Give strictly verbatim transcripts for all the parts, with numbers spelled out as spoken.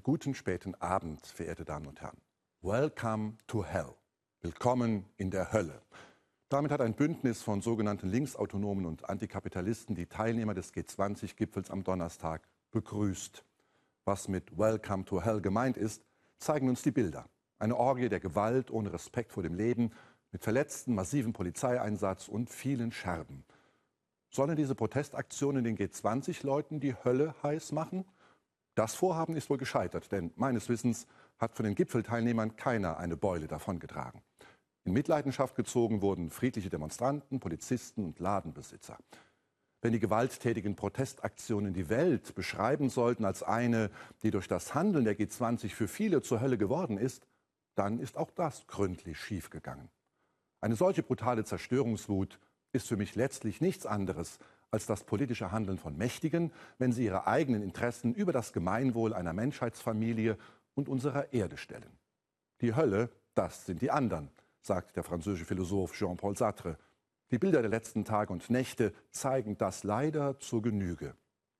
Einen guten späten Abend, verehrte Damen und Herren. Welcome to Hell. Willkommen in der Hölle. Damit hat ein Bündnis von sogenannten Linksautonomen und Antikapitalisten die Teilnehmer des G zwanzig Gipfels am Donnerstag begrüßt. Was mit Welcome to Hell gemeint ist, zeigen uns die Bilder. Eine Orgie der Gewalt ohne Respekt vor dem Leben, mit Verletzten, massivem Polizeieinsatz und vielen Scherben. Sollen diese Protestaktionen den G zwanzig-Leuten die Hölle heiß machen? Das Vorhaben ist wohl gescheitert, denn meines Wissens hat von den Gipfelteilnehmern keiner eine Beule davongetragen. In Mitleidenschaft gezogen wurden friedliche Demonstranten, Polizisten und Ladenbesitzer. Wenn die gewalttätigen Protestaktionen die Welt beschreiben sollten als eine, die durch das Handeln der G zwanzig für viele zur Hölle geworden ist, dann ist auch das gründlich schiefgegangen. Eine solche brutale Zerstörungswut ist für mich letztlich nichts anderes als das politische Handeln von Mächtigen, wenn sie ihre eigenen Interessen über das Gemeinwohl einer Menschheitsfamilie und unserer Erde stellen. Die Hölle, das sind die anderen, sagt der französische Philosoph Jean-Paul Sartre. Die Bilder der letzten Tage und Nächte zeigen das leider zur Genüge.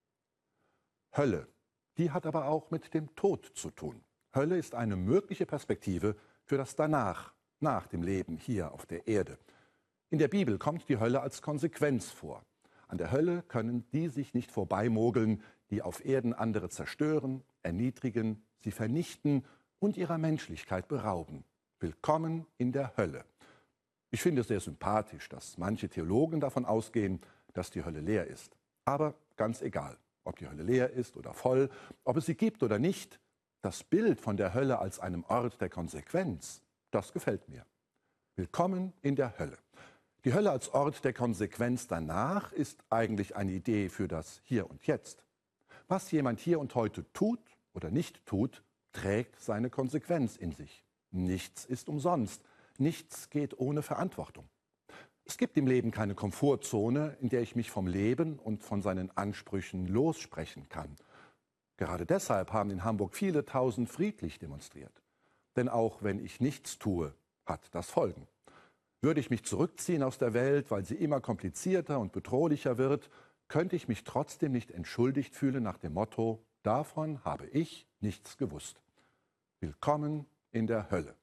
Hölle, die hat aber auch mit dem Tod zu tun. Hölle ist eine mögliche Perspektive für das Danach, nach dem Leben hier auf der Erde. In der Bibel kommt die Hölle als Konsequenz vor. An der Hölle können die sich nicht vorbeimogeln, die auf Erden andere zerstören, erniedrigen, sie vernichten und ihrer Menschlichkeit berauben. Willkommen in der Hölle. Ich finde es sehr sympathisch, dass manche Theologen davon ausgehen, dass die Hölle leer ist. Aber ganz egal, ob die Hölle leer ist oder voll, ob es sie gibt oder nicht, das Bild von der Hölle als einem Ort der Konsequenz, das gefällt mir. Willkommen in der Hölle. Die Hölle als Ort der Konsequenz danach ist eigentlich eine Idee für das Hier und Jetzt. Was jemand hier und heute tut oder nicht tut, trägt seine Konsequenz in sich. Nichts ist umsonst, nichts geht ohne Verantwortung. Es gibt im Leben keine Komfortzone, in der ich mich vom Leben und von seinen Ansprüchen lossprechen kann. Gerade deshalb haben in Hamburg viele tausend friedlich demonstriert. Denn auch wenn ich nichts tue, hat das Folgen. Würde ich mich zurückziehen aus der Welt, weil sie immer komplizierter und bedrohlicher wird, könnte ich mich trotzdem nicht entschuldigt fühlen nach dem Motto, davon habe ich nichts gewusst. Willkommen in der Hölle.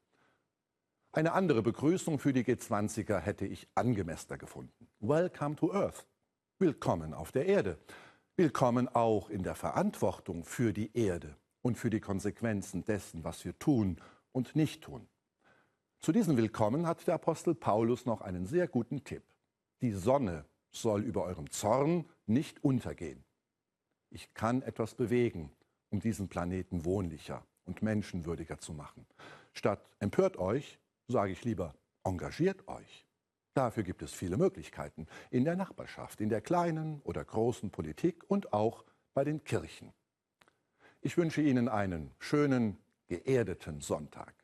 Eine andere Begrüßung für die G zwanziger hätte ich angemessener gefunden. Welcome to Earth. Willkommen auf der Erde. Willkommen auch in der Verantwortung für die Erde und für die Konsequenzen dessen, was wir tun und nicht tun. Zu diesem Willkommen hat der Apostel Paulus noch einen sehr guten Tipp. Die Sonne soll über eurem Zorn nicht untergehen. Ich kann etwas bewegen, um diesen Planeten wohnlicher und menschenwürdiger zu machen. Statt empört euch, sage ich lieber, engagiert euch. Dafür gibt es viele Möglichkeiten. In der Nachbarschaft, in der kleinen oder großen Politik und auch bei den Kirchen. Ich wünsche Ihnen einen schönen, geerdeten Sonntag.